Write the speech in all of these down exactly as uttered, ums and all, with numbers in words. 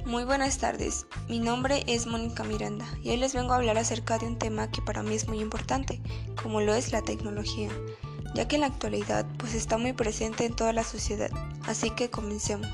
Muy buenas tardes, mi nombre es Mónica Miranda y hoy les vengo a hablar acerca de un tema que para mí es muy importante, como lo es la tecnología, ya que en la actualidad pues está muy presente en toda la sociedad, así que comencemos.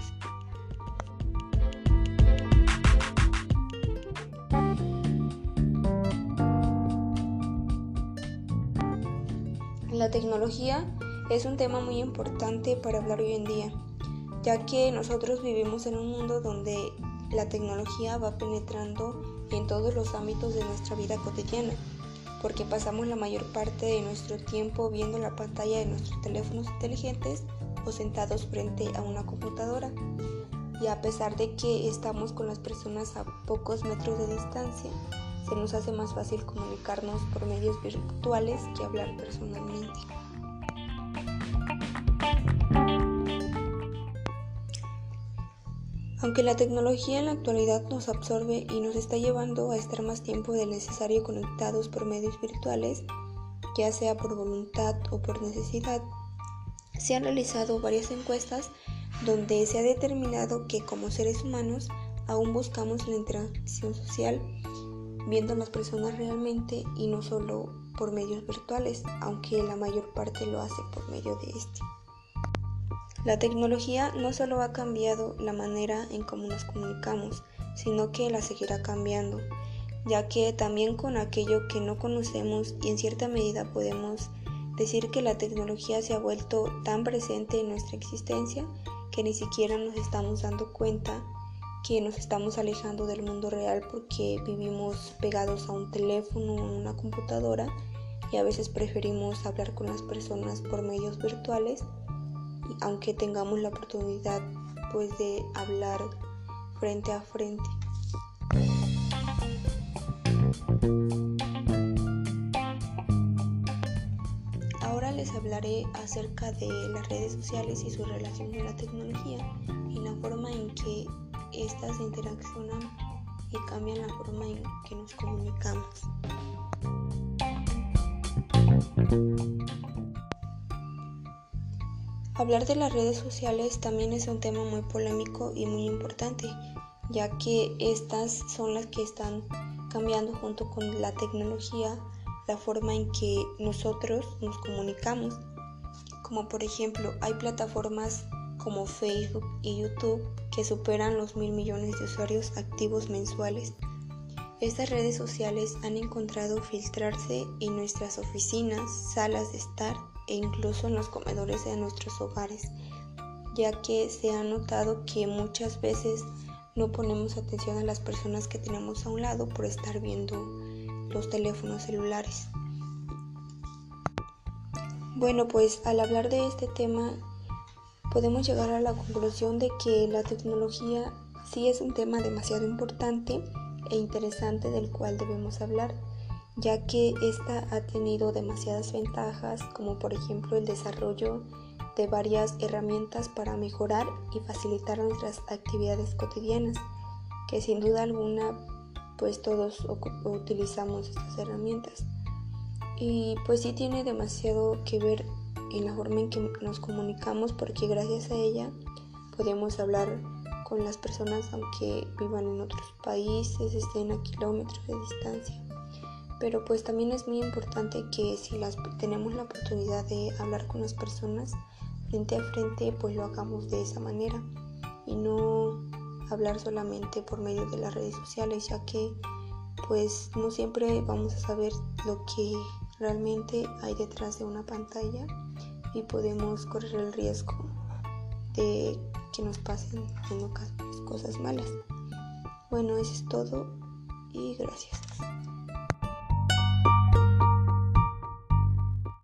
La tecnología es un tema muy importante para hablar hoy en día, ya que nosotros vivimos en un mundo donde la tecnología va penetrando en todos los ámbitos de nuestra vida cotidiana, porque pasamos la mayor parte de nuestro tiempo viendo la pantalla de nuestros teléfonos inteligentes o sentados frente a una computadora. Y a pesar de que estamos con las personas a pocos metros de distancia, se nos hace más fácil comunicarnos por medios virtuales que hablar personalmente. Aunque la tecnología en la actualidad nos absorbe y nos está llevando a estar más tiempo del necesario conectados por medios virtuales, ya sea por voluntad o por necesidad, se han realizado varias encuestas donde se ha determinado que como seres humanos aún buscamos la interacción social viendo a las personas realmente y no solo por medios virtuales, aunque la mayor parte lo hace por medio de este. La tecnología no solo ha cambiado la manera en cómo nos comunicamos, sino que la seguirá cambiando, ya que también con aquello que no conocemos y en cierta medida podemos decir que la tecnología se ha vuelto tan presente en nuestra existencia que ni siquiera nos estamos dando cuenta que nos estamos alejando del mundo real porque vivimos pegados a un teléfono o una computadora y a veces preferimos hablar con las personas por medios virtuales, aunque tengamos la oportunidad pues de hablar frente a frente. Ahora les hablaré acerca de las redes sociales y su relación con la tecnología y la forma en que éstas se interaccionan y cambian la forma en que nos comunicamos. Hablar de las redes sociales también es un tema muy polémico y muy importante, ya que estas son las que están cambiando junto con la tecnología la forma en que nosotros nos comunicamos. Como por ejemplo, hay plataformas como Facebook y YouTube que superan los mil millones de usuarios activos mensuales. Estas redes sociales han encontrado filtrarse en nuestras oficinas, salas de estar e incluso en los comedores de nuestros hogares, ya que se ha notado que muchas veces no ponemos atención a las personas que tenemos a un lado por estar viendo los teléfonos celulares. Bueno, pues al hablar de este tema podemos llegar a la conclusión de que la tecnología sí es un tema demasiado importante e interesante del cual debemos hablar, ya que esta ha tenido demasiadas ventajas, como por ejemplo el desarrollo de varias herramientas para mejorar y facilitar nuestras actividades cotidianas, que sin duda alguna pues todos utilizamos estas herramientas. Y pues sí tiene demasiado que ver en la forma en que nos comunicamos, porque gracias a ella podemos hablar con las personas aunque vivan en otros países, estén a kilómetros de distancia. Pero pues también es muy importante que si las, tenemos la oportunidad de hablar con las personas frente a frente, pues lo hagamos de esa manera y no hablar solamente por medio de las redes sociales, ya que pues no siempre vamos a saber lo que realmente hay detrás de una pantalla y podemos correr el riesgo de que nos pasen en ocasiones cosas malas. Bueno, eso es todo y gracias.